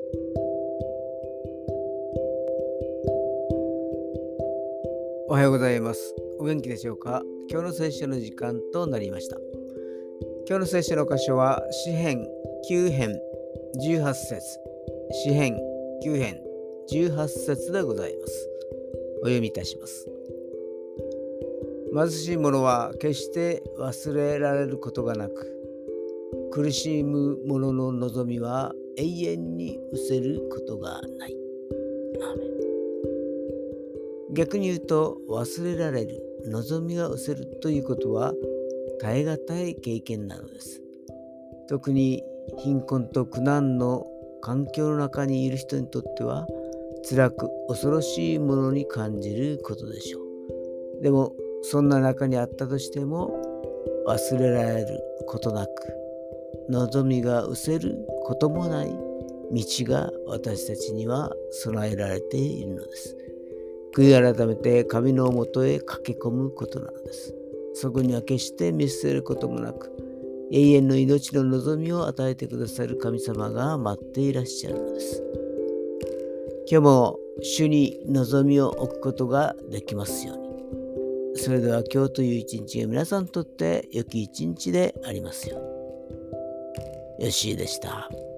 おはようございます。お元気でしょうか？今日の聖書の時間となりました。今日の聖書の箇所は詩編9編18節、詩編9編18節でございます。お読みいたします。貧しい者は決して忘れられることがなく、苦しむ者の望みは永遠に失せることがない。アーメン。逆に言うと、忘れられる、望みが失せるということは耐え難い経験なのです。特に貧困と苦難の環境の中にいる人にとっては、辛く恐ろしいものに感じることでしょう。でもそんな中にあったとしても、忘れられることなく、望みが失せることもない道が私たちには備えられているのです。悔い改めて神のもとへ駆け込むことなのです。そこには決して見捨てることもなく、永遠の命の望みを与えてくださる神様が待っていらっしゃるのです。今日も主に望みを置くことができますように。それでは今日という一日が皆さんにとって良き一日でありますように。よしでした。